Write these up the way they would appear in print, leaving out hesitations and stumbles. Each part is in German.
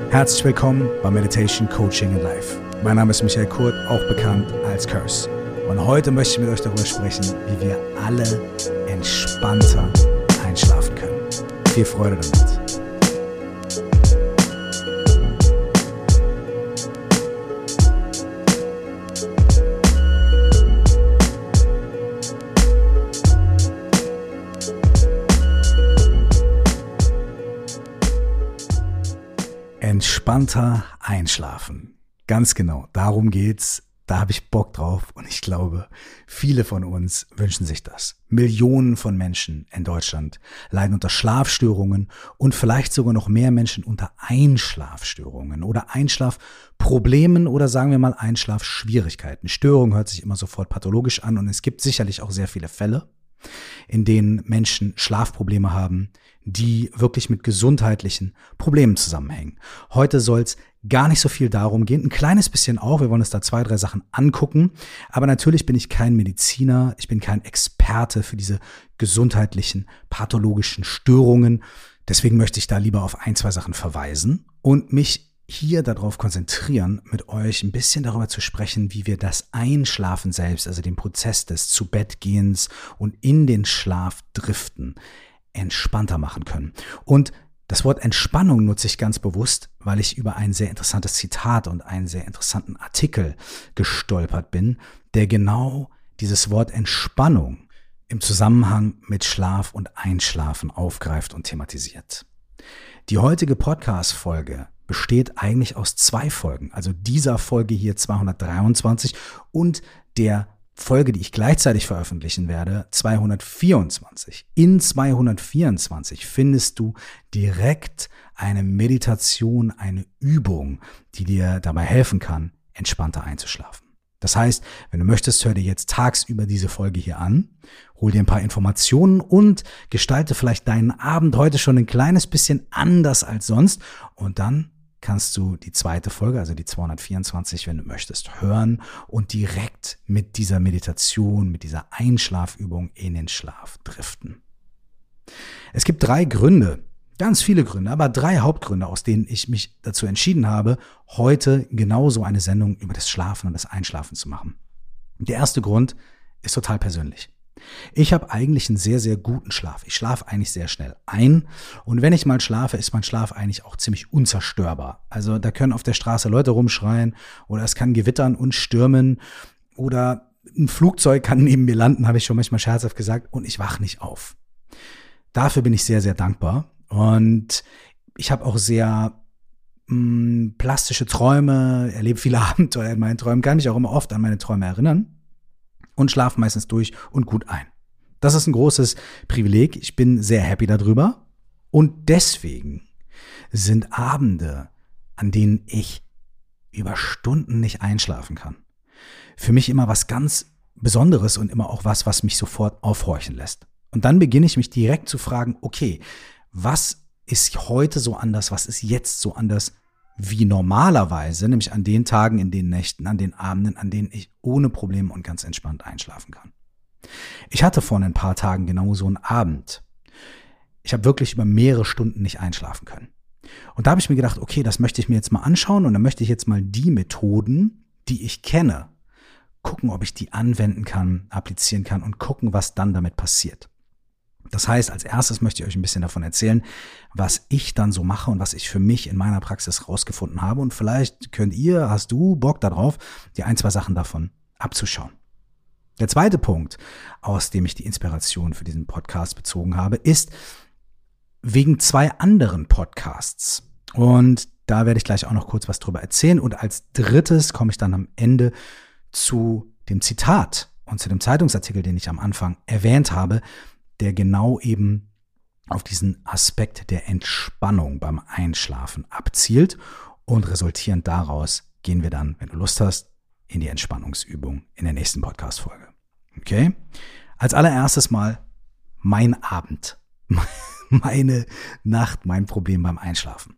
Herzlich willkommen bei Meditation Coaching in Life. Mein Name ist Michael Kurt, auch bekannt als Curse. Und heute möchte ich mit euch darüber sprechen, wie wir alle entspannter einschlafen können. Viel Freude damit. Entspannter einschlafen. Ganz genau, darum geht's. Da habe ich Bock drauf und ich glaube, viele von uns wünschen sich das. Millionen von Menschen in Deutschland leiden unter Schlafstörungen und vielleicht sogar noch mehr Menschen unter Einschlafstörungen oder Einschlafproblemen oder sagen wir mal Einschlafschwierigkeiten. Störung hört sich immer sofort pathologisch an und es gibt sicherlich auch sehr viele Fälle, in denen Menschen Schlafprobleme haben, die wirklich mit gesundheitlichen Problemen zusammenhängen. Heute soll es gar nicht so viel darum gehen, ein kleines bisschen auch, wir wollen uns da 2, 3 Sachen angucken, aber natürlich bin ich kein Mediziner, ich bin kein Experte für diese gesundheitlichen, pathologischen Störungen, deswegen möchte ich da lieber auf 1, 2 Sachen verweisen und mich hier darauf konzentrieren, mit euch ein bisschen darüber zu sprechen, wie wir das Einschlafen selbst, also den Prozess des Zubettgehens und in den Schlaf driften, entspannter machen können. Und das Wort Entspannung nutze ich ganz bewusst, weil ich über ein sehr interessantes Zitat und einen sehr interessanten Artikel gestolpert bin, der genau dieses Wort Entspannung im Zusammenhang mit Schlaf und Einschlafen aufgreift und thematisiert. Die heutige Podcast-Folge besteht eigentlich aus 2 Folgen, also dieser Folge hier 223 und der Folge, die ich gleichzeitig veröffentlichen werde, 224. In 224 findest du direkt eine Meditation, eine Übung, die dir dabei helfen kann, entspannter einzuschlafen. Das heißt, wenn du möchtest, hör dir jetzt tagsüber diese Folge hier an, hol dir ein paar Informationen und gestalte vielleicht deinen Abend heute schon ein kleines bisschen anders als sonst und dann kannst du die 2. Folge, also die 224, wenn du möchtest, hören und direkt mit dieser Meditation, mit dieser Einschlafübung in den Schlaf driften. Es gibt 3 Gründe, ganz viele Gründe, aber 3 Hauptgründe, aus denen ich mich dazu entschieden habe, heute genauso eine Sendung über das Schlafen und das Einschlafen zu machen. Der erste Grund ist total persönlich. Ich habe eigentlich einen sehr, sehr guten Schlaf. Ich schlafe eigentlich sehr schnell ein und wenn ich mal schlafe, ist mein Schlaf eigentlich auch ziemlich unzerstörbar. Also da können auf der Straße Leute rumschreien oder es kann gewittern und stürmen oder ein Flugzeug kann neben mir landen, habe ich schon manchmal scherzhaft gesagt, und ich wach nicht auf. Dafür bin ich sehr, sehr dankbar und ich habe auch sehr plastische Träume, erlebe viele Abenteuer in meinen Träumen, kann mich auch immer oft an meine Träume erinnern. Und schlafe meistens durch und gut ein. Das ist ein großes Privileg. Ich bin sehr happy darüber. Und deswegen sind Abende, an denen ich über Stunden nicht einschlafen kann, für mich immer was ganz Besonderes und immer auch was mich sofort aufhorchen lässt. Und dann beginne ich mich direkt zu fragen, okay, was ist heute so anders, was ist jetzt so anders wie normalerweise, nämlich an den Tagen, in den Nächten, an den Abenden, an denen ich ohne Probleme und ganz entspannt einschlafen kann. Ich hatte vor ein paar Tagen genau so einen Abend. Ich habe wirklich über mehrere Stunden nicht einschlafen können. Und da habe ich mir gedacht, okay, das möchte ich mir jetzt mal anschauen und dann möchte ich jetzt mal die Methoden, die ich kenne, gucken, ob ich die anwenden kann, applizieren kann und gucken, was dann damit passiert. Das heißt, als erstes möchte ich euch ein bisschen davon erzählen, was ich dann so mache und was ich für mich in meiner Praxis rausgefunden habe. Und vielleicht hast du Bock darauf, dir 1, 2 Sachen davon abzuschauen. Der zweite Punkt, aus dem ich die Inspiration für diesen Podcast bezogen habe, ist wegen 2 anderen Podcasts. Und da werde ich gleich auch noch kurz was drüber erzählen. Und als drittes komme ich dann am Ende zu dem Zitat und zu dem Zeitungsartikel, den ich am Anfang erwähnt habe, der genau eben auf diesen Aspekt der Entspannung beim Einschlafen abzielt und resultierend daraus gehen wir dann, wenn du Lust hast, in die Entspannungsübung in der nächsten Podcast-Folge. Okay? Als allererstes mal mein Abend, meine Nacht, mein Problem beim Einschlafen.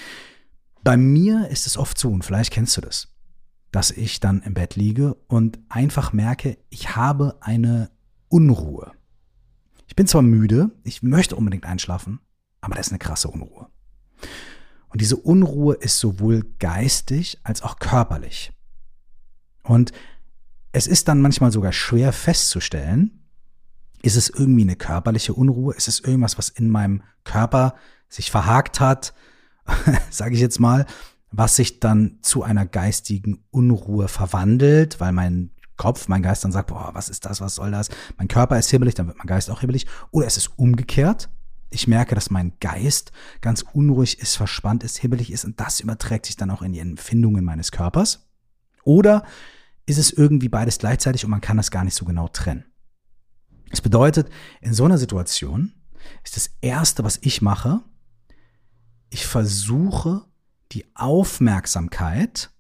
Bei mir ist es oft so, und vielleicht kennst du das, dass ich dann im Bett liege und einfach merke, ich habe eine Unruhe. Ich bin zwar müde, ich möchte unbedingt einschlafen, aber das ist eine krasse Unruhe. Und diese Unruhe ist sowohl geistig als auch körperlich. Und es ist dann manchmal sogar schwer festzustellen, ist es irgendwie eine körperliche Unruhe? Ist es irgendwas, was in meinem Körper sich verhakt hat, sage ich jetzt mal, was sich dann zu einer geistigen Unruhe verwandelt, weil mein Kopf, mein Geist dann sagt, boah, was ist das, was soll das? Mein Körper ist hibbelig, dann wird mein Geist auch hibbelig. Oder es ist umgekehrt. Ich merke, dass mein Geist ganz unruhig ist, verspannt ist, hibbelig ist und das überträgt sich dann auch in die Empfindungen meines Körpers. Oder ist es irgendwie beides gleichzeitig und man kann das gar nicht so genau trennen. Das bedeutet, in so einer Situation ist das Erste, was ich mache, ich versuche, die Aufmerksamkeit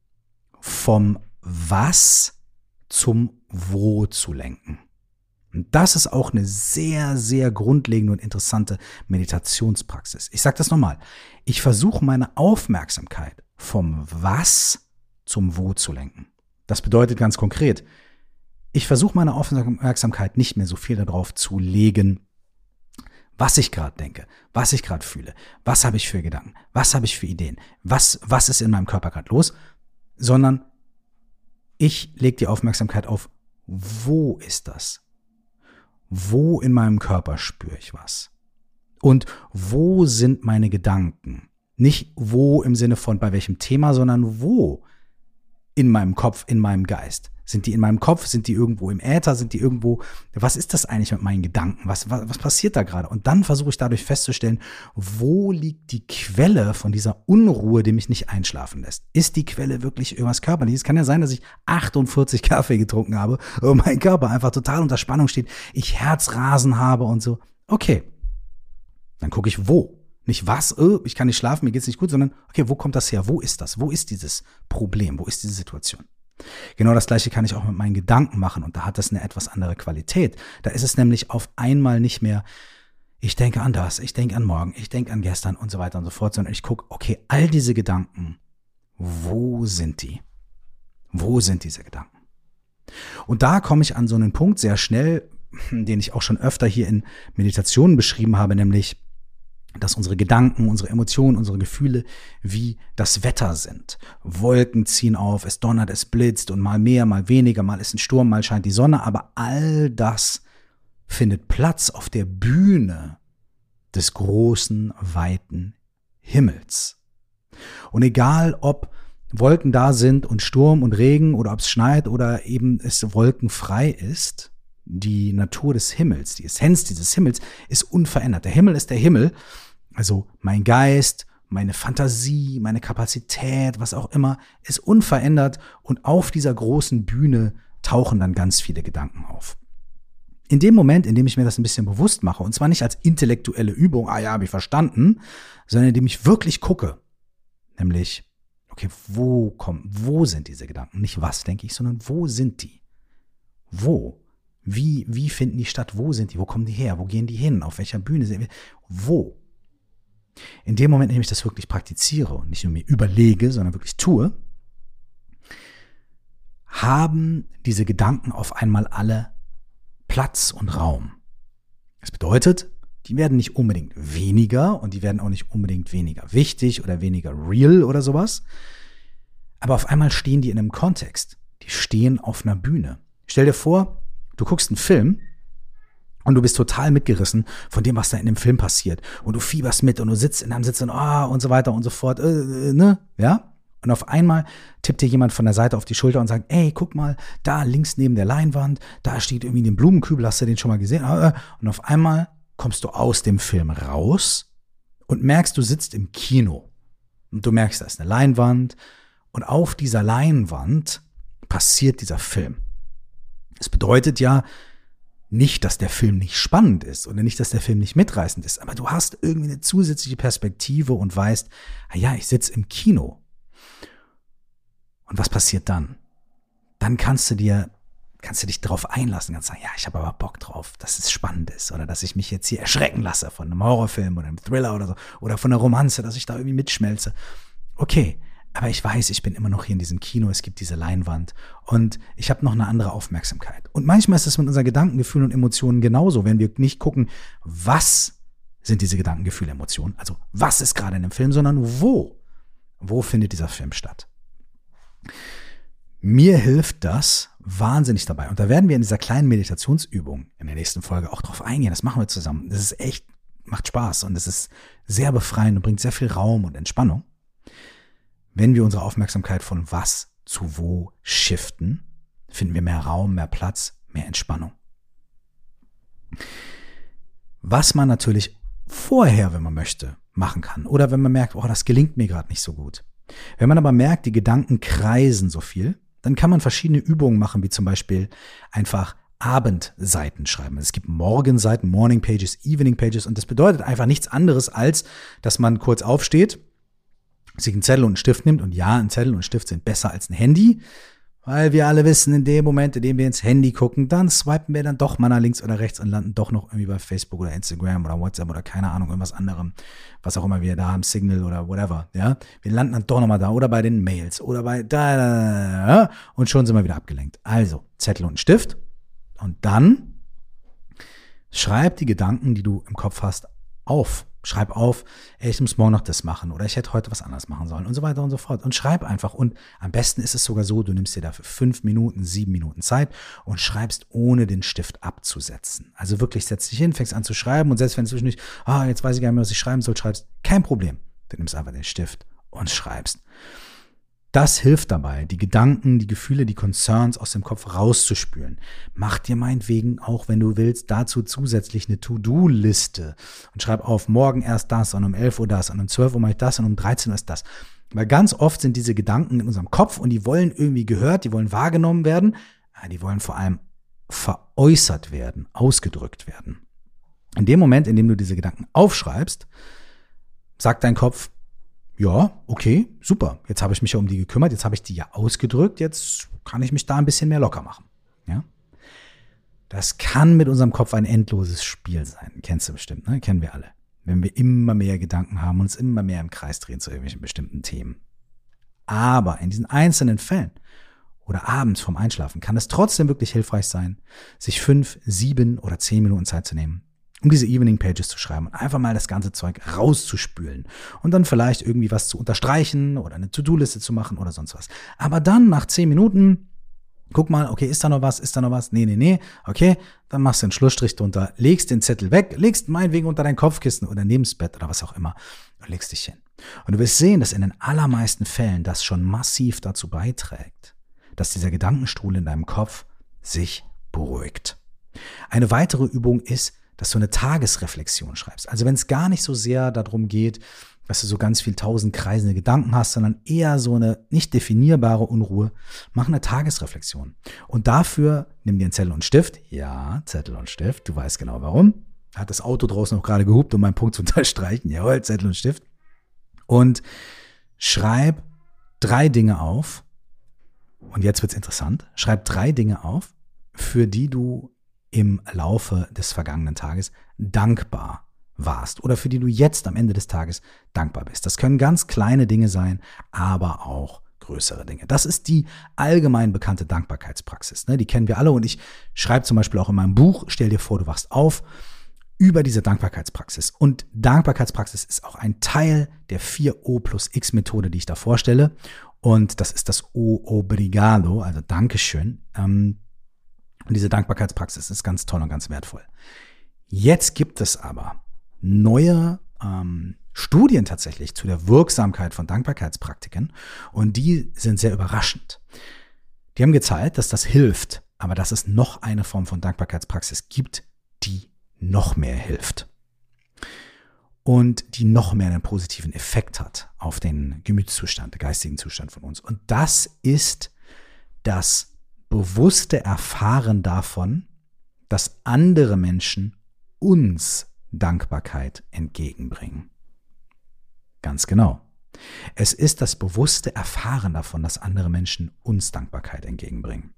vom Was zum Wo zu lenken. Und das ist auch eine sehr, sehr grundlegende und interessante Meditationspraxis. Ich sage das nochmal. Ich versuche, meine Aufmerksamkeit vom Was zum Wo zu lenken. Das bedeutet ganz konkret, ich versuche, meine Aufmerksamkeit nicht mehr so viel darauf zu legen, was ich gerade denke, was ich gerade fühle, was habe ich für Gedanken, was habe ich für Ideen, was ist in meinem Körper gerade los, sondern ich lege die Aufmerksamkeit auf, wo ist das? Wo in meinem Körper spüre ich was? Und wo sind meine Gedanken? Nicht wo im Sinne von bei welchem Thema, sondern wo in meinem Kopf, in meinem Geist. Sind die in meinem Kopf? Sind die irgendwo im Äther? Sind die irgendwo, was ist das eigentlich mit meinen Gedanken? Was passiert da gerade? Und dann versuche ich dadurch festzustellen, wo liegt die Quelle von dieser Unruhe, die mich nicht einschlafen lässt? Ist die Quelle wirklich irgendwas Körperliches? Es kann ja sein, dass ich 48 Kaffee getrunken habe und mein Körper einfach total unter Spannung steht, ich Herzrasen habe und so. Okay, dann gucke ich wo. Nicht was, ich kann nicht schlafen, mir geht's nicht gut, sondern okay, wo kommt das her? Wo ist das? Wo ist dieses Problem? Wo ist diese Situation? Genau das Gleiche kann ich auch mit meinen Gedanken machen und da hat das eine etwas andere Qualität. Da ist es nämlich auf einmal nicht mehr, ich denke an das, ich denke an morgen, ich denke an gestern und so weiter und so fort, sondern ich gucke, okay, all diese Gedanken, wo sind die? Wo sind diese Gedanken? Und da komme ich an so einen Punkt sehr schnell, den ich auch schon öfter hier in Meditationen beschrieben habe, nämlich dass unsere Gedanken, unsere Emotionen, unsere Gefühle wie das Wetter sind. Wolken ziehen auf, es donnert, es blitzt und mal mehr, mal weniger, mal ist ein Sturm, mal scheint die Sonne, aber all das findet Platz auf der Bühne des großen, weiten Himmels. Und egal, ob Wolken da sind und Sturm und Regen oder ob es schneit oder eben es wolkenfrei ist, die Natur des Himmels, die Essenz dieses Himmels ist unverändert. Der Himmel ist der Himmel, also mein Geist, meine Fantasie, meine Kapazität, was auch immer, ist unverändert und auf dieser großen Bühne tauchen dann ganz viele Gedanken auf. In dem Moment, in dem ich mir das ein bisschen bewusst mache, und zwar nicht als intellektuelle Übung, ja, habe ich verstanden, sondern indem ich wirklich gucke, nämlich, okay, wo sind diese Gedanken? Nicht was denke ich, sondern wo sind die? Wo? Wie finden die statt? Wo sind die? Wo kommen die her? Wo gehen die hin? Auf welcher Bühne sind wir? Wo? In dem Moment, in dem ich das wirklich praktiziere und nicht nur mir überlege, sondern wirklich tue, haben diese Gedanken auf einmal alle Platz und Raum. Das bedeutet, die werden nicht unbedingt weniger und die werden auch nicht unbedingt weniger wichtig oder weniger real oder sowas. Aber auf einmal stehen die in einem Kontext. Die stehen auf einer Bühne. Stell dir vor, du guckst einen Film und du bist total mitgerissen von dem, was da in dem Film passiert. Und du fieberst mit und du sitzt in einem Sitz und so weiter und so fort, ja? Und auf einmal tippt dir jemand von der Seite auf die Schulter und sagt, ey, guck mal, da links neben der Leinwand, da steht irgendwie ein Blumenkübel, hast du den schon mal gesehen? Und auf einmal kommst du aus dem Film raus und merkst, du sitzt im Kino. Und du merkst, da ist eine Leinwand und auf dieser Leinwand passiert dieser Film. Das bedeutet ja nicht, dass der Film nicht spannend ist oder nicht, dass der Film nicht mitreißend ist, aber du hast irgendwie eine zusätzliche Perspektive und weißt, ja, ich sitze im Kino. Und was passiert dann? Dann kannst du dich darauf einlassen, kannst sagen, ja, ich habe aber Bock drauf, dass es spannend ist oder dass ich mich jetzt hier erschrecken lasse von einem Horrorfilm oder einem Thriller oder so oder von einer Romanze, dass ich da irgendwie mitschmelze. Okay, aber ich weiß, ich bin immer noch hier in diesem Kino, es gibt diese Leinwand und ich habe noch eine andere Aufmerksamkeit. Und manchmal ist es mit unseren Gedanken, Gefühlen und Emotionen genauso, wenn wir nicht gucken, was sind diese Gedanken, Gefühle, Emotionen. Also was ist gerade in dem Film, sondern wo? Wo findet dieser Film statt? Mir hilft das wahnsinnig dabei. Und da werden wir in dieser kleinen Meditationsübung in der nächsten Folge auch drauf eingehen. Das machen wir zusammen. Das ist echt, macht Spaß und es ist sehr befreiend und bringt sehr viel Raum und Entspannung. Wenn wir unsere Aufmerksamkeit von was zu wo shiften, finden wir mehr Raum, mehr Platz, mehr Entspannung. Was man natürlich vorher, wenn man möchte, machen kann oder wenn man merkt, oh, das gelingt mir gerade nicht so gut. Wenn man aber merkt, die Gedanken kreisen so viel, dann kann man verschiedene Übungen machen, wie zum Beispiel einfach Abendseiten schreiben. Es gibt Morgenseiten, Morning Pages, Evening Pages und das bedeutet einfach nichts anderes, als dass man kurz aufsteht, sich einen Zettel und einen Stift nimmt und ja, ein Zettel und ein Stift sind besser als ein Handy, weil wir alle wissen, in dem Moment, in dem wir ins Handy gucken, dann swipen wir dann doch mal nach links oder rechts und landen doch noch irgendwie bei Facebook oder Instagram oder WhatsApp oder keine Ahnung, irgendwas anderem, was auch immer wir da haben, Signal oder whatever, ja. Wir landen dann doch nochmal da oder bei den Mails oder bei da und schon sind wir wieder abgelenkt. Also, Zettel und ein Stift und dann schreib die Gedanken, die du im Kopf hast, auf. Schreib auf, ey, ich muss morgen noch das machen oder ich hätte heute was anderes machen sollen und so weiter und so fort. Und schreib einfach. Und am besten ist es sogar so, du nimmst dir dafür 5 Minuten, 7 Minuten Zeit und schreibst, ohne den Stift abzusetzen. Also wirklich setz dich hin, fängst an zu schreiben und selbst wenn du zwischendurch, jetzt weiß ich gar nicht mehr, was ich schreiben soll, schreibst, kein Problem. Du nimmst einfach den Stift und schreibst. Das hilft dabei, die Gedanken, die Gefühle, die Concerns aus dem Kopf rauszuspülen. Mach dir meinetwegen auch, wenn du willst, dazu zusätzlich eine To-Do-Liste und schreib auf, morgen erst das und um 11 Uhr das und um 12 Uhr mache ich das und um 13 Uhr ist das. Weil ganz oft sind diese Gedanken in unserem Kopf und die wollen irgendwie gehört, die wollen wahrgenommen werden, die wollen vor allem veräußert werden, ausgedrückt werden. In dem Moment, in dem du diese Gedanken aufschreibst, sagt dein Kopf, ja, okay, super. Jetzt habe ich mich ja um die gekümmert, jetzt habe ich die ja ausgedrückt, jetzt kann ich mich da ein bisschen mehr locker machen. Ja? Das kann mit unserem Kopf ein endloses Spiel sein. Kennst du bestimmt, ne? Kennen wir alle. Wenn wir immer mehr Gedanken haben und uns immer mehr im Kreis drehen zu irgendwelchen bestimmten Themen. Aber in diesen einzelnen Fällen oder abends vorm Einschlafen kann es trotzdem wirklich hilfreich sein, sich 5, 7 oder 10 Minuten Zeit zu nehmen, um diese Evening Pages zu schreiben und einfach mal das ganze Zeug rauszuspülen und dann vielleicht irgendwie was zu unterstreichen oder eine To-Do-Liste zu machen oder sonst was. Aber dann nach 10 Minuten, guck mal, okay, ist da noch was? Nee, okay, dann machst du einen Schlussstrich drunter, legst den Zettel weg, legst meinetwegen unter dein Kopfkissen oder neben das Bett oder was auch immer und legst dich hin. Und du wirst sehen, dass in den allermeisten Fällen das schon massiv dazu beiträgt, dass dieser Gedankenstrudel in deinem Kopf sich beruhigt. Eine weitere Übung ist, dass du eine Tagesreflexion schreibst. Also wenn es gar nicht so sehr darum geht, dass du so ganz viel 1000 kreisende Gedanken hast, sondern eher so eine nicht definierbare Unruhe, mach eine Tagesreflexion. Und dafür nimm dir einen Zettel und einen Stift. Ja, Zettel und Stift, du weißt genau warum. Hat das Auto draußen noch gerade gehupt, um meinen Punkt zu unterstreichen. Jawohl, Zettel und Stift. Und schreib 3 Dinge auf. Und jetzt wird's interessant. Schreib 3 Dinge auf, für die du im Laufe des vergangenen Tages dankbar warst oder für die du jetzt am Ende des Tages dankbar bist. Das können ganz kleine Dinge sein, aber auch größere Dinge. Das ist die allgemein bekannte Dankbarkeitspraxis. Die kennen wir alle und ich schreibe zum Beispiel auch in meinem Buch, stell dir vor, du wachst auf, über diese Dankbarkeitspraxis. Und Dankbarkeitspraxis ist auch ein Teil der 4O+X-Methode, die ich da vorstelle. Und das ist das O Obrigado, also Dankeschön. Und diese Dankbarkeitspraxis ist ganz toll und ganz wertvoll. Jetzt gibt es aber neue Studien tatsächlich zu der Wirksamkeit von Dankbarkeitspraktiken und die sind sehr überraschend. Die haben gezeigt, dass das hilft, aber dass es noch eine Form von Dankbarkeitspraxis gibt, die noch mehr hilft und die noch mehr einen positiven Effekt hat auf den Gemütszustand, den geistigen Zustand von uns. Und das ist das bewusste Erfahren davon, dass andere Menschen uns Dankbarkeit entgegenbringen. Ganz genau. Es ist das bewusste Erfahren davon, dass andere Menschen uns Dankbarkeit entgegenbringen.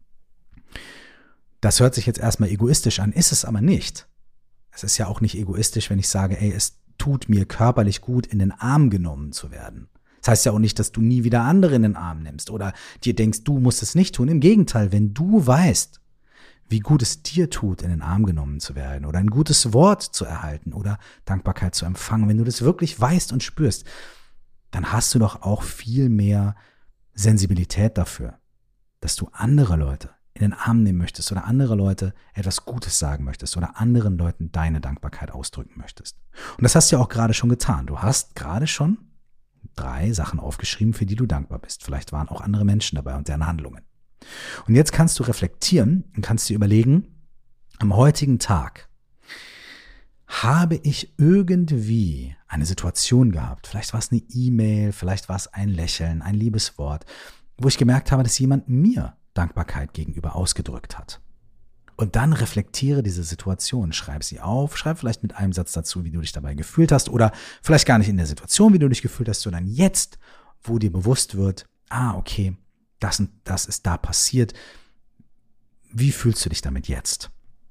Das hört sich jetzt erstmal egoistisch an, ist es aber nicht. Es ist ja auch nicht egoistisch, wenn ich sage, es tut mir körperlich gut, in den Arm genommen zu werden. Das heißt ja auch nicht, dass du nie wieder andere in den Arm nimmst oder dir denkst, du musst es nicht tun. Im Gegenteil, wenn du weißt, wie gut es dir tut, in den Arm genommen zu werden oder ein gutes Wort zu erhalten oder Dankbarkeit zu empfangen, wenn du das wirklich weißt und spürst, dann hast du doch auch viel mehr Sensibilität dafür, dass du andere Leute in den Arm nehmen möchtest oder andere Leute etwas Gutes sagen möchtest oder anderen Leuten deine Dankbarkeit ausdrücken möchtest. Und das hast du ja auch gerade schon getan. Du hast gerade schon 3 Sachen aufgeschrieben, für die du dankbar bist. Vielleicht waren auch andere Menschen dabei und deren Handlungen. Und jetzt kannst du reflektieren und kannst dir überlegen, am heutigen Tag habe ich irgendwie eine Situation gehabt, vielleicht war es eine E-Mail, vielleicht war es ein Lächeln, ein liebes Wort, wo ich gemerkt habe, dass jemand mir Dankbarkeit gegenüber ausgedrückt hat. Und dann reflektiere diese Situation, schreib sie auf, schreib vielleicht mit einem Satz dazu, wie du dich dabei gefühlt hast oder vielleicht gar nicht in der Situation, wie du dich gefühlt hast, sondern jetzt, wo dir bewusst wird, okay, das und das ist da passiert. Wie fühlst du dich damit jetzt?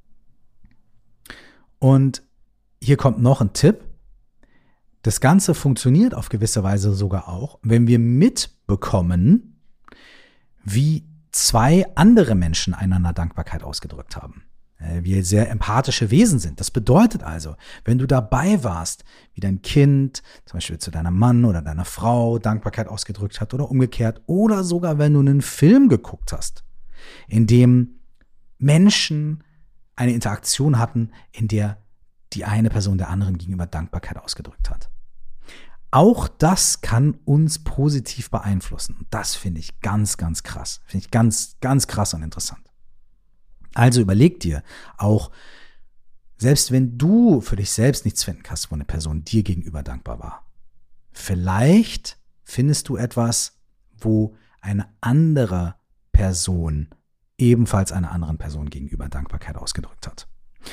Und hier kommt noch ein Tipp. Das Ganze funktioniert auf gewisse Weise sogar auch, wenn wir mitbekommen, wie 2 andere Menschen einander Dankbarkeit ausgedrückt haben. Wir sehr empathische Wesen sind. Das bedeutet also, wenn du dabei warst, wie dein Kind zum Beispiel zu deinem Mann oder deiner Frau Dankbarkeit ausgedrückt hat oder umgekehrt, oder sogar wenn du einen Film geguckt hast, in dem Menschen eine Interaktion hatten, in der die eine Person der anderen gegenüber Dankbarkeit ausgedrückt hat. Auch das kann uns positiv beeinflussen. Das finde ich ganz, ganz krass. Finde ich ganz, ganz krass und interessant. Also überleg dir auch, selbst wenn du für dich selbst nichts finden kannst, wo eine Person dir gegenüber dankbar war, vielleicht findest du etwas, wo eine andere Person ebenfalls einer anderen Person gegenüber Dankbarkeit ausgedrückt hat.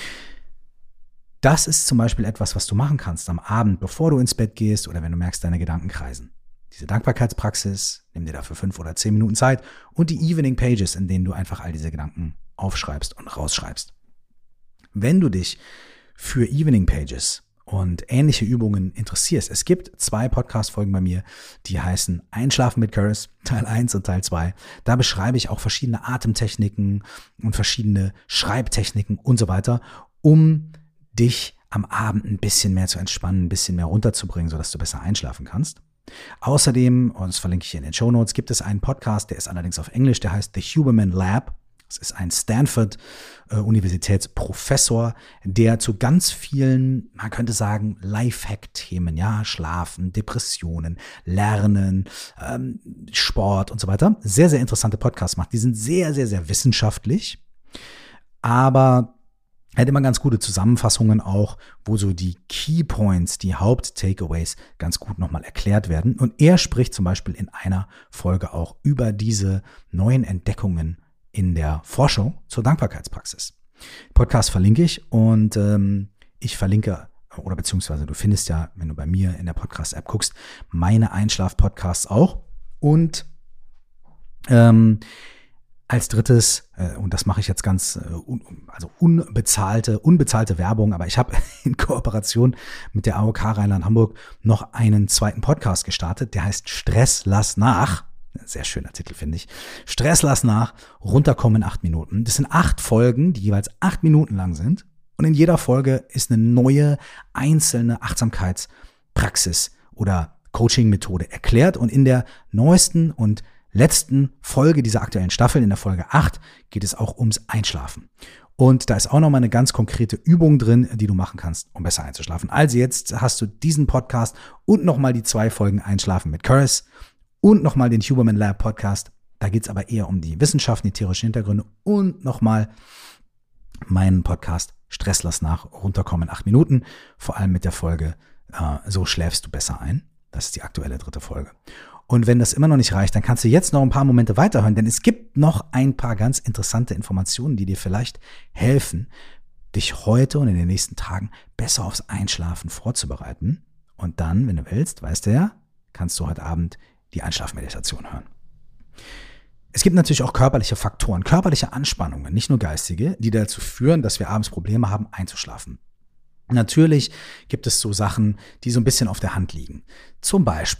Das ist zum Beispiel etwas, was du machen kannst am Abend, bevor du ins Bett gehst oder wenn du merkst, deine Gedanken kreisen. Diese Dankbarkeitspraxis, nimm dir dafür 5 oder 10 Minuten Zeit und die Evening Pages, in denen du einfach all diese Gedanken aufschreibst und rausschreibst. Wenn du dich für Evening Pages und ähnliche Übungen interessierst, es gibt 2 Podcast-Folgen bei mir, die heißen Einschlafen mit Curtis, Teil 1 und Teil 2. Da beschreibe ich auch verschiedene Atemtechniken und verschiedene Schreibtechniken und so weiter, um dich am Abend ein bisschen mehr zu entspannen, ein bisschen mehr runterzubringen, sodass du besser einschlafen kannst. Außerdem, und das verlinke ich hier in den Shownotes, gibt es einen Podcast, der ist allerdings auf Englisch, der heißt The Huberman Lab. Das ist ein Stanford-Universitätsprofessor, der zu ganz vielen, man könnte sagen, Lifehack-Themen, ja, Schlafen, Depressionen, Lernen, Sport und so weiter, sehr, sehr interessante Podcasts macht. Die sind sehr, sehr, sehr wissenschaftlich, aber er hat immer ganz gute Zusammenfassungen auch, wo so die Key Points, die Haupt-Takeaways ganz gut nochmal erklärt werden. Und er spricht zum Beispiel in einer Folge auch über diese neuen Entdeckungen in der Forschung zur Dankbarkeitspraxis. Podcast verlinke ich und ich verlinke, oder beziehungsweise du findest ja, wenn du bei mir in der Podcast-App guckst, meine Einschlaf-Podcasts auch. Und als drittes, und das mache ich jetzt ganz, also unbezahlte Werbung, aber ich habe in Kooperation mit der AOK Rheinland-Hamburg noch einen zweiten Podcast gestartet, der heißt Stress lass nach. Sehr schöner Titel, finde ich. Stress lass nach, runterkommen in 8 Minuten. Das sind 8 Folgen, die jeweils 8 Minuten lang sind. Und in jeder Folge ist eine neue, einzelne Achtsamkeitspraxis oder Coaching-Methode erklärt. Und in der neuesten und letzten Folge dieser aktuellen Staffel, in der Folge 8, geht es auch ums Einschlafen. Und da ist auch nochmal eine ganz konkrete Übung drin, die du machen kannst, um besser einzuschlafen. Also jetzt hast du diesen Podcast und nochmal die 2 Folgen Einschlafen mit Curtis und nochmal den Huberman Lab Podcast. Da geht es aber eher um die Wissenschaften, die theoretischen Hintergründe und nochmal meinen Podcast Stress lass nach, runterkommen in 8 Minuten. Vor allem mit der Folge So schläfst du besser ein. Das ist die aktuelle 3. Folge. Und wenn das immer noch nicht reicht, dann kannst du jetzt noch ein paar Momente weiterhören, denn es gibt noch ein paar ganz interessante Informationen, die dir vielleicht helfen, dich heute und in den nächsten Tagen besser aufs Einschlafen vorzubereiten. Und dann, wenn du willst, weißt du ja, kannst du heute Abend die Einschlafmeditation hören. Es gibt natürlich auch körperliche Faktoren, körperliche Anspannungen, nicht nur geistige, die dazu führen, dass wir abends Probleme haben, einzuschlafen. Natürlich gibt es so Sachen, die so ein bisschen auf der Hand liegen. Zum Beispiel,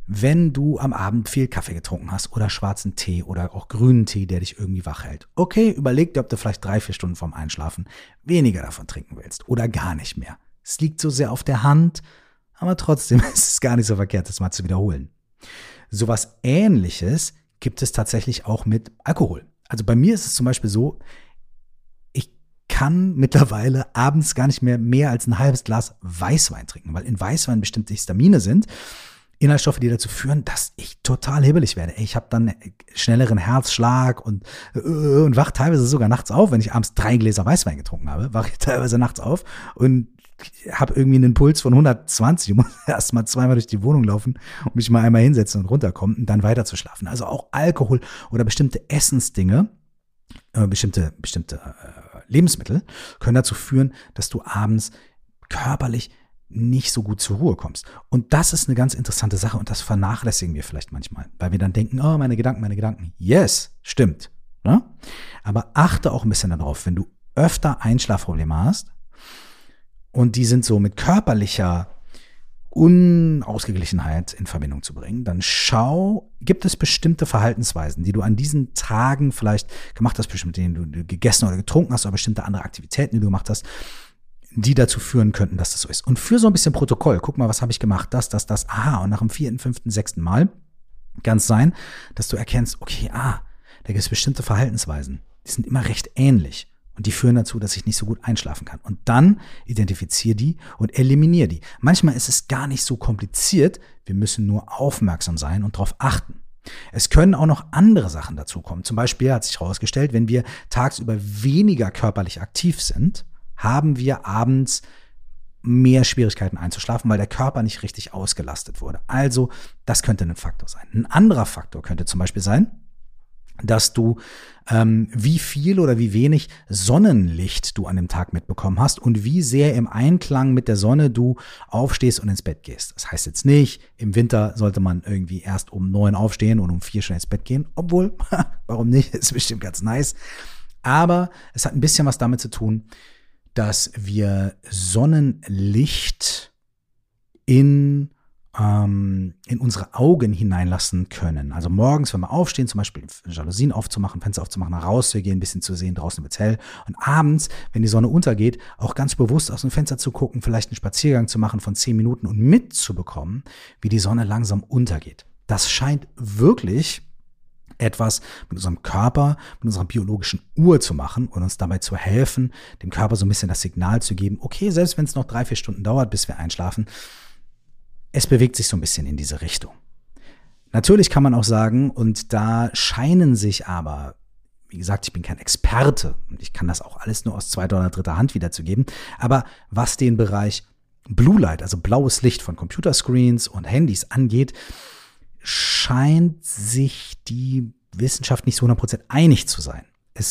wenn du am Abend viel Kaffee getrunken hast oder schwarzen Tee oder auch grünen Tee, der dich irgendwie wach hält. Okay, überleg dir, ob du vielleicht 3-4 Stunden vorm Einschlafen weniger davon trinken willst oder gar nicht mehr. Es liegt so sehr auf der Hand, aber trotzdem ist es gar nicht so verkehrt, das mal zu wiederholen. Sowas Ähnliches gibt es tatsächlich auch mit Alkohol. Also bei mir ist es zum Beispiel so, ich kann mittlerweile abends gar nicht mehr als ein halbes Glas Weißwein trinken, weil in Weißwein bestimmte Histamine sind, Inhaltsstoffe, die dazu führen, dass ich total hibbelig werde. Ich habe dann schnelleren Herzschlag und wach teilweise sogar nachts auf, wenn ich abends 3 Gläser Weißwein getrunken habe, wache ich teilweise nachts auf und habe irgendwie einen Puls von 120. Ich muss erst mal 2-mal durch die Wohnung laufen und mich mal einmal hinsetzen und runterkommen und dann weiter zu schlafen. Also auch Alkohol oder bestimmte Essensdinge, bestimmte Lebensmittel können dazu führen, dass du abends körperlich nicht so gut zur Ruhe kommst. Und das ist eine ganz interessante Sache und das vernachlässigen wir vielleicht manchmal, weil wir dann denken, oh, meine Gedanken. Yes, stimmt. Ne? Aber achte auch ein bisschen darauf, wenn du öfter Einschlafprobleme hast und die sind so mit körperlicher Unausgeglichenheit in Verbindung zu bringen, dann gibt es bestimmte Verhaltensweisen, die du an diesen Tagen vielleicht gemacht hast, bestimmt denen du gegessen oder getrunken hast oder bestimmte andere Aktivitäten, die du gemacht hast, die dazu führen könnten, dass das so ist. Und für so ein bisschen Protokoll, guck mal, was habe ich gemacht, das, aha, und nach dem 4., 5., 6. Mal kann es sein, dass du erkennst, okay, da gibt es bestimmte Verhaltensweisen, die sind immer recht ähnlich und die führen dazu, dass ich nicht so gut einschlafen kann. Und dann identifiziere die und eliminiere die. Manchmal ist es gar nicht so kompliziert, wir müssen nur aufmerksam sein und darauf achten. Es können auch noch andere Sachen dazukommen. Zum Beispiel hat sich herausgestellt, wenn wir tagsüber weniger körperlich aktiv sind, haben wir abends mehr Schwierigkeiten einzuschlafen, weil der Körper nicht richtig ausgelastet wurde. Also, das könnte ein Faktor sein. Ein anderer Faktor könnte zum Beispiel sein, dass du wie viel oder wie wenig Sonnenlicht du an dem Tag mitbekommen hast und wie sehr im Einklang mit der Sonne du aufstehst und ins Bett gehst. Das heißt jetzt nicht, im Winter sollte man irgendwie erst um 9 aufstehen und um 4 schon ins Bett gehen, obwohl, warum nicht, ist bestimmt ganz nice. Aber es hat ein bisschen was damit zu tun, dass wir Sonnenlicht in unsere Augen hineinlassen können. Also morgens, wenn wir aufstehen, zum Beispiel Jalousien aufzumachen, Fenster aufzumachen, rauszugehen, ein bisschen zu sehen, draußen wird's hell. Und abends, wenn die Sonne untergeht, auch ganz bewusst aus dem Fenster zu gucken, vielleicht einen Spaziergang zu machen von 10 Minuten und mitzubekommen, wie die Sonne langsam untergeht. Das scheint wirklich etwas mit unserem Körper, mit unserer biologischen Uhr zu machen und uns dabei zu helfen, dem Körper so ein bisschen das Signal zu geben, okay, selbst wenn es noch 3-4 Stunden dauert, bis wir einschlafen, es bewegt sich so ein bisschen in diese Richtung. Natürlich kann man auch sagen, und da scheinen sich aber, wie gesagt, ich bin kein Experte und ich kann das auch alles nur aus 2. oder 3. Hand wiederzugeben, aber was den Bereich Blue Light, also blaues Licht von Computerscreens und Handys angeht, scheint sich die Wissenschaft nicht zu 100% einig zu sein.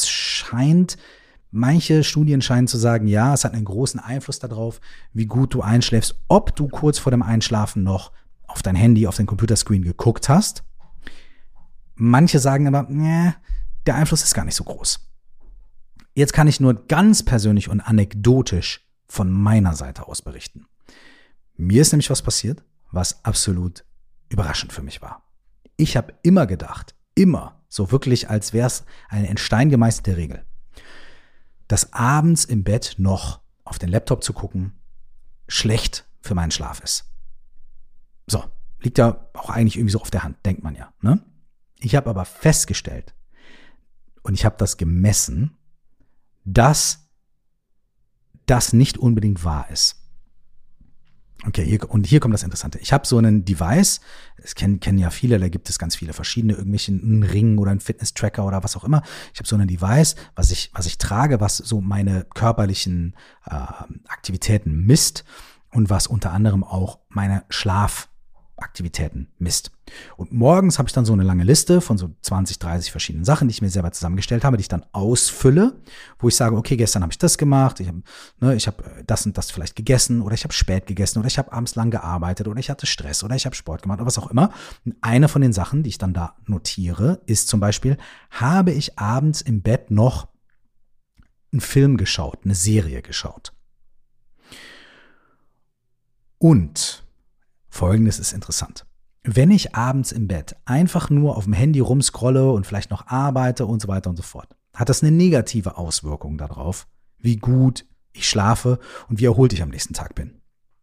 Manche Studien scheinen zu sagen, ja, es hat einen großen Einfluss darauf, wie gut du einschläfst, ob du kurz vor dem Einschlafen noch auf dein Handy, auf den Computerscreen geguckt hast. Manche sagen aber, der Einfluss ist gar nicht so groß. Jetzt kann ich nur ganz persönlich und anekdotisch von meiner Seite aus berichten. Mir ist nämlich was passiert, was absolut überraschend für mich war. Ich habe immer gedacht, so wirklich, als wäre es eine in Stein gemeißelte Regel, dass abends im Bett noch auf den Laptop zu gucken schlecht für meinen Schlaf ist. So, liegt ja auch eigentlich irgendwie so auf der Hand, denkt man ja. Ne? Ich habe aber festgestellt und ich habe das gemessen, dass das nicht unbedingt wahr ist. Okay, hier kommt das Interessante. Ich habe so einen Device, das kennen ja viele, da gibt es ganz viele verschiedene, irgendwelchen Ring oder einen Fitness-Tracker oder was auch immer. Ich habe so einen Device, was ich trage, was so meine körperlichen Aktivitäten misst und was unter anderem auch meine Schlafaktivitäten misst. Und morgens habe ich dann so eine lange Liste von so 20, 30 verschiedenen Sachen, die ich mir selber zusammengestellt habe, die ich dann ausfülle, wo ich sage, okay, gestern habe ich das gemacht, ich habe das und das vielleicht gegessen oder ich habe spät gegessen oder ich habe abends lang gearbeitet oder ich hatte Stress oder ich habe Sport gemacht oder was auch immer. Und eine von den Sachen, die ich dann da notiere, ist zum Beispiel, habe ich abends im Bett noch einen Film geschaut, eine Serie geschaut. Und Folgendes ist interessant. wenn ich abends im Bett einfach nur auf dem Handy rumscrolle und vielleicht noch arbeite und so weiter und so fort, hat das eine negative Auswirkung darauf, wie gut ich schlafe und wie erholt ich am nächsten Tag bin.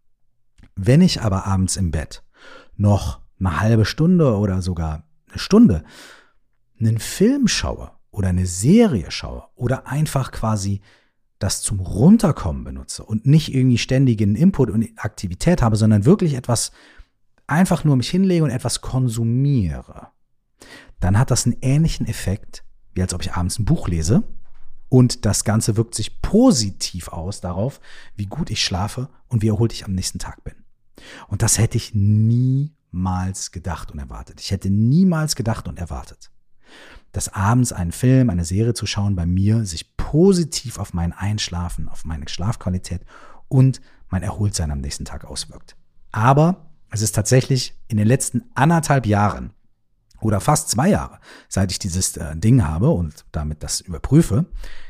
Wenn ich aber abends im Bett noch eine halbe Stunde oder sogar eine Stunde einen Film schaue oder eine Serie schaue oder einfach quasi das zum Runterkommen benutze und nicht irgendwie ständigen Input und Aktivität habe, sondern wirklich etwas einfach nur mich hinlege und etwas konsumiere, dann hat das einen ähnlichen Effekt, wie als ob ich abends ein Buch lese. Und das Ganze wirkt sich positiv aus darauf, wie gut ich schlafe und wie erholt ich am nächsten Tag bin. Und das hätte ich niemals gedacht und erwartet. Ich hätte niemals gedacht und erwartet, dass abends einen Film, eine Serie zu schauen bei mir sich positiv auf mein Einschlafen, auf meine Schlafqualität und mein Erholtsein am nächsten Tag auswirkt. Aber es ist tatsächlich in den letzten 1,5 Jahren oder fast 2 Jahre, seit ich dieses Ding habe und damit das überprüfe,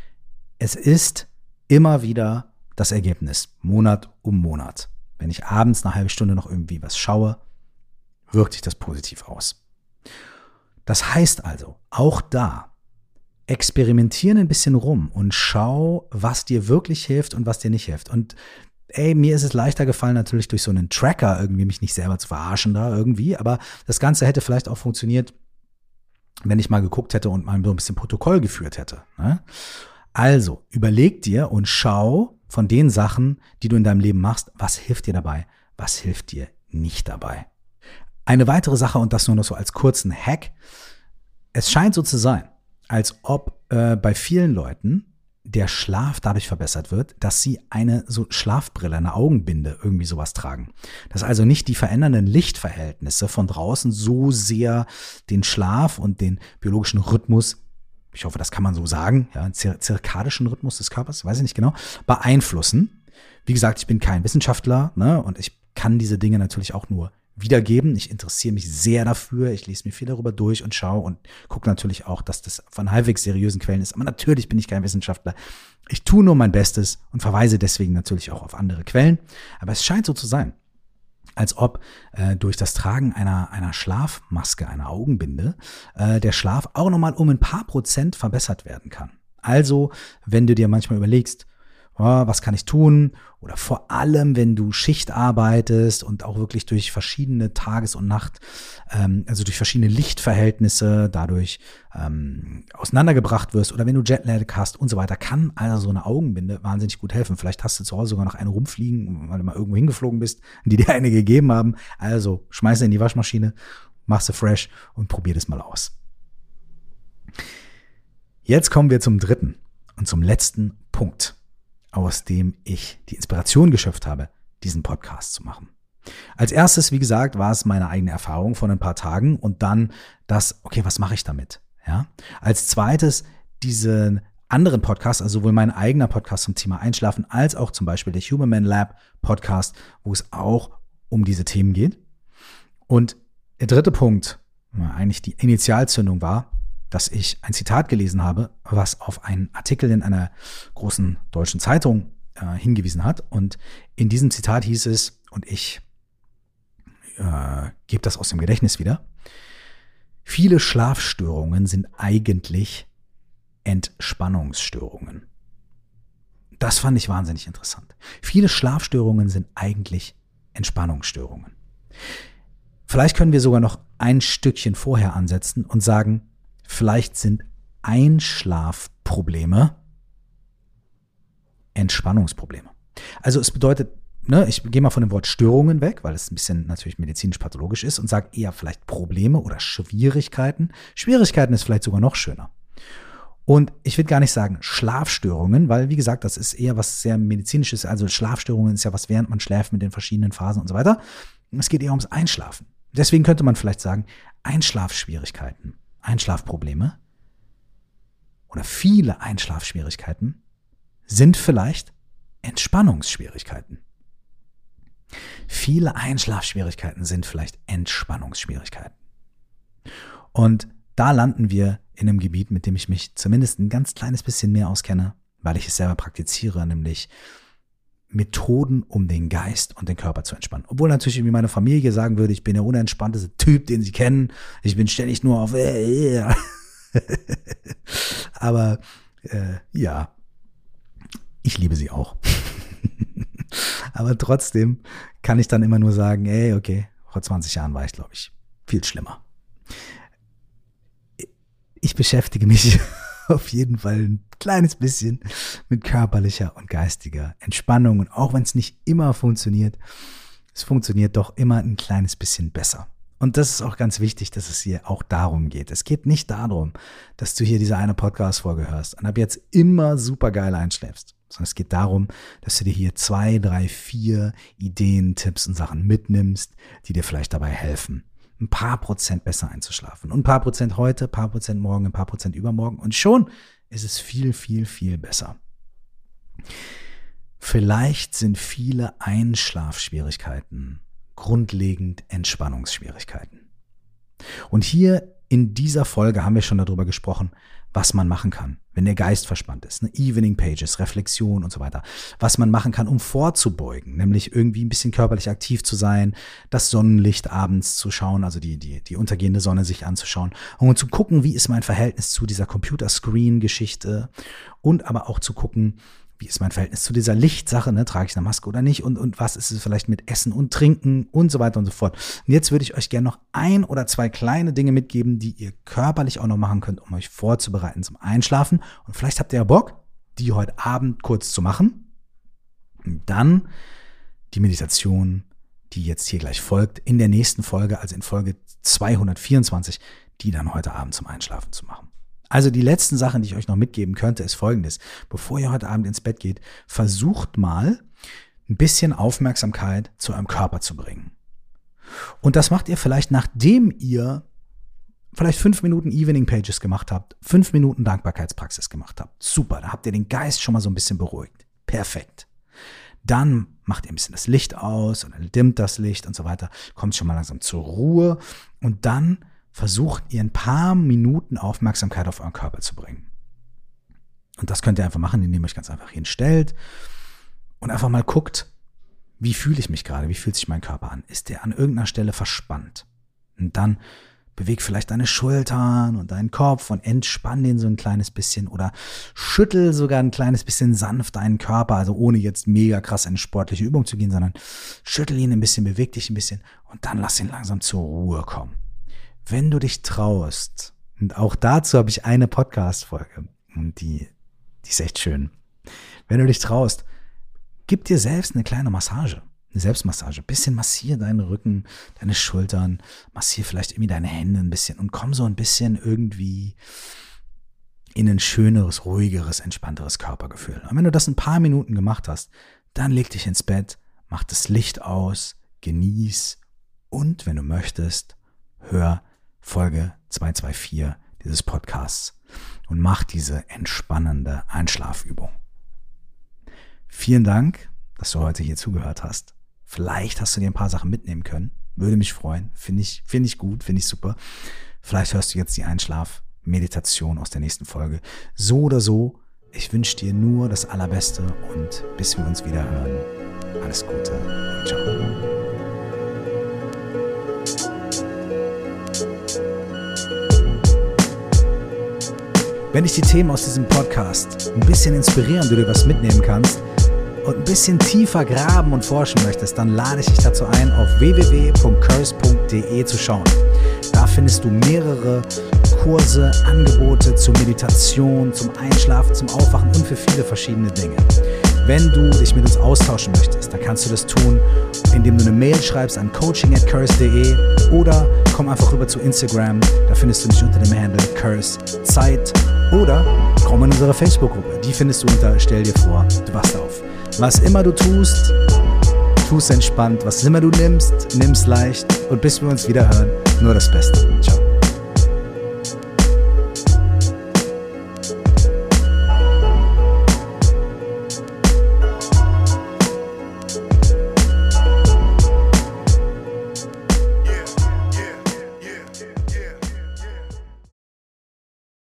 es ist immer wieder das Ergebnis, Monat um Monat. Wenn ich abends eine halbe Stunde noch irgendwie was schaue, wirkt sich das positiv aus. Das heißt also, auch da, experimentieren ein bisschen rum und schau, was dir wirklich hilft und was dir nicht hilft. Und mir ist es leichter gefallen, natürlich durch so einen Tracker irgendwie mich nicht selber zu verarschen da irgendwie, aber das Ganze hätte vielleicht auch funktioniert, wenn ich mal geguckt hätte und mal so ein bisschen Protokoll geführt hätte. Ne? Also, überleg dir und schau von den Sachen, die du in deinem Leben machst, was hilft dir dabei, was hilft dir nicht dabei. Eine weitere Sache, und das nur noch so als kurzen Hack, es scheint so zu sein, als ob bei vielen Leuten der Schlaf dadurch verbessert wird, dass sie eine so Schlafbrille, eine Augenbinde, irgendwie sowas tragen. Dass also nicht die verändernden Lichtverhältnisse von draußen so sehr den Schlaf und den biologischen Rhythmus, ich hoffe, das kann man so sagen, ja, den zirkadischen Rhythmus des Körpers, weiß ich nicht genau, beeinflussen. Wie gesagt, ich bin kein Wissenschaftler, ne, und ich kann diese Dinge natürlich auch nur wiedergeben. Ich interessiere mich sehr dafür. Ich lese mir viel darüber durch und schaue und gucke natürlich auch, dass das von halbwegs seriösen Quellen ist. Aber natürlich bin ich kein Wissenschaftler. Ich tue nur mein Bestes und verweise deswegen natürlich auch auf andere Quellen. Aber es scheint so zu sein, als ob durch das Tragen einer Schlafmaske, einer Augenbinde, der Schlaf auch nochmal um ein paar Prozent verbessert werden kann. Also, wenn du dir manchmal überlegst, was kann ich tun? Oder vor allem, wenn du Schicht arbeitest und auch wirklich durch verschiedene Tages- und Nacht, also durch verschiedene Lichtverhältnisse dadurch auseinandergebracht wirst oder wenn du Jetlag hast und so weiter, kann also so eine Augenbinde wahnsinnig gut helfen. Vielleicht hast du zu Hause sogar noch eine rumfliegen, weil du mal irgendwo hingeflogen bist und die dir eine gegeben haben. Also schmeiß sie in die Waschmaschine, mach sie fresh und probier das mal aus. Jetzt kommen wir zum dritten und zum letzten Punkt, aus dem ich die Inspiration geschöpft habe, diesen Podcast zu machen. Als erstes, wie gesagt, war es meine eigene Erfahrung von ein paar Tagen und dann das, okay, was mache ich damit? Ja. Als zweites diesen anderen Podcast, also sowohl mein eigener Podcast zum Thema Einschlafen, als auch zum Beispiel der Human Man Lab Podcast, wo es auch um diese Themen geht. Und der dritte Punkt, eigentlich die Initialzündung war, dass ich ein Zitat gelesen habe, was auf einen Artikel in einer großen deutschen Zeitung hingewiesen hat. Und in diesem Zitat hieß es, und ich gebe das aus dem Gedächtnis wieder, viele Schlafstörungen sind eigentlich Entspannungsstörungen. Das fand ich wahnsinnig interessant. Viele Schlafstörungen sind eigentlich Entspannungsstörungen. Vielleicht können wir sogar noch ein Stückchen vorher ansetzen und sagen, vielleicht sind Einschlafprobleme Entspannungsprobleme. Also es bedeutet, ich gehe mal von dem Wort Störungen weg, weil es ein bisschen natürlich medizinisch-pathologisch ist und sage eher vielleicht Probleme oder Schwierigkeiten. Schwierigkeiten ist vielleicht sogar noch schöner. Und ich will gar nicht sagen Schlafstörungen, weil wie gesagt, das ist eher was sehr medizinisches. Also Schlafstörungen ist ja was, während man schläft mit den verschiedenen Phasen und so weiter. Es geht eher ums Einschlafen. Deswegen könnte man vielleicht sagen Einschlafschwierigkeiten. Einschlafprobleme oder viele Einschlafschwierigkeiten sind vielleicht Entspannungsschwierigkeiten. Viele Einschlafschwierigkeiten sind vielleicht Entspannungsschwierigkeiten. Und da landen wir in einem Gebiet, mit dem ich mich zumindest ein ganz kleines bisschen mehr auskenne, weil ich es selber praktiziere, nämlich Methoden, um den Geist und den Körper zu entspannen. Obwohl natürlich irgendwie meine Familie sagen würde, ich bin der unentspannteste Typ, den sie kennen. Ich bin ständig nur auf aber ja, ich liebe sie auch. Aber trotzdem kann ich dann immer nur sagen, ey, okay, vor 20 Jahren war ich, glaube ich, viel schlimmer. Ich beschäftige mich auf jeden Fall ein kleines bisschen mit körperlicher und geistiger Entspannung. Und auch wenn es nicht immer funktioniert, es funktioniert doch immer ein kleines bisschen besser. Und das ist auch ganz wichtig, dass es hier auch darum geht. Es geht nicht darum, dass du hier diese eine Podcast-Folge hörst und ab jetzt immer super geil einschläfst, sondern es geht darum, dass du dir hier 2, 3, 4 Ideen, Tipps und Sachen mitnimmst, die dir vielleicht dabei helfen, ein paar Prozent besser einzuschlafen. Und ein paar Prozent heute, ein paar Prozent morgen, ein paar Prozent übermorgen. Und schon ist es viel, viel, viel besser. Vielleicht sind viele Einschlafschwierigkeiten grundlegend Entspannungsschwierigkeiten. Und hier in dieser Folge haben wir schon darüber gesprochen, was man machen kann, wenn der Geist verspannt ist. Evening Pages, Reflexion und so weiter. Was man machen kann, um vorzubeugen, nämlich irgendwie ein bisschen körperlich aktiv zu sein, das Sonnenlicht abends zu schauen, also die untergehende Sonne sich anzuschauen und zu gucken, wie ist mein Verhältnis zu dieser Computerscreen-Geschichte und aber auch zu gucken, wie ist mein Verhältnis zu dieser Lichtsache, trage ich eine Maske oder nicht und was ist es vielleicht mit Essen und Trinken und so weiter und so fort. Und jetzt würde ich euch gerne noch 1 oder 2 kleine Dinge mitgeben, die ihr körperlich auch noch machen könnt, um euch vorzubereiten zum Einschlafen. Und vielleicht habt ihr ja Bock, die heute Abend kurz zu machen. Und dann die Meditation, die jetzt hier gleich folgt, in der nächsten Folge, also in Folge 224, die dann heute Abend zum Einschlafen zu machen. Also die letzten Sachen, die ich euch noch mitgeben könnte, ist Folgendes. Bevor ihr heute Abend ins Bett geht, versucht mal ein bisschen Aufmerksamkeit zu eurem Körper zu bringen. Und das macht ihr vielleicht, nachdem ihr vielleicht 5 Minuten Evening Pages gemacht habt, 5 Minuten Dankbarkeitspraxis gemacht habt. Super, da habt ihr den Geist schon mal so ein bisschen beruhigt. Perfekt. Dann macht ihr ein bisschen das Licht aus und dann dimmt das Licht und so weiter, kommt schon mal langsam zur Ruhe und dann versucht ihr ein paar Minuten Aufmerksamkeit auf euren Körper zu bringen. Und das könnt ihr einfach machen, indem ihr euch ganz einfach hinstellt und einfach mal guckt, wie fühle ich mich gerade, wie fühlt sich mein Körper an? Ist der an irgendeiner Stelle verspannt? Und dann beweg vielleicht deine Schultern und deinen Kopf und entspann den so ein kleines bisschen oder schüttel sogar ein kleines bisschen sanft deinen Körper, also ohne jetzt mega krass in eine sportliche Übung zu gehen, sondern schüttel ihn ein bisschen, beweg dich ein bisschen und dann lass ihn langsam zur Ruhe kommen. Wenn du dich traust, und auch dazu habe ich eine Podcast-Folge, und die ist echt schön. Wenn du dich traust, gib dir selbst eine kleine Massage, eine Selbstmassage. Ein bisschen massier deinen Rücken, deine Schultern, massier vielleicht irgendwie deine Hände ein bisschen und komm so ein bisschen irgendwie in ein schöneres, ruhigeres, entspannteres Körpergefühl. Und wenn du das ein paar Minuten gemacht hast, dann leg dich ins Bett, mach das Licht aus, genieß und, wenn du möchtest, hör Folge 224 dieses Podcasts und mach diese entspannende Einschlafübung. Vielen Dank, dass du heute hier zugehört hast. Vielleicht hast du dir ein paar Sachen mitnehmen können. Würde mich freuen. Finde ich gut, finde ich super. Vielleicht hörst du jetzt die Einschlaf-Meditation aus der nächsten Folge. So oder so, ich wünsche dir nur das Allerbeste und bis wir uns wieder hören. Alles Gute und ciao. Wenn dich die Themen aus diesem Podcast ein bisschen inspirieren, du dir was mitnehmen kannst und ein bisschen tiefer graben und forschen möchtest, dann lade ich dich dazu ein, auf www.curse.de zu schauen. Da findest du mehrere Kurse, Angebote zur Meditation, zum Einschlafen, zum Aufwachen und für viele verschiedene Dinge. Wenn du dich mit uns austauschen möchtest, dann kannst du das tun, indem du eine Mail schreibst an coaching@curse.de oder komm einfach rüber zu Instagram, da findest du mich unter dem Handle CurseZeit oder komm in unsere Facebook-Gruppe, die findest du unter Stell dir vor, du wachst auf. Was immer du tust, tu's entspannt, was immer du nimmst, nimm's leicht und bis wir uns wieder hören, nur das Beste. Ciao.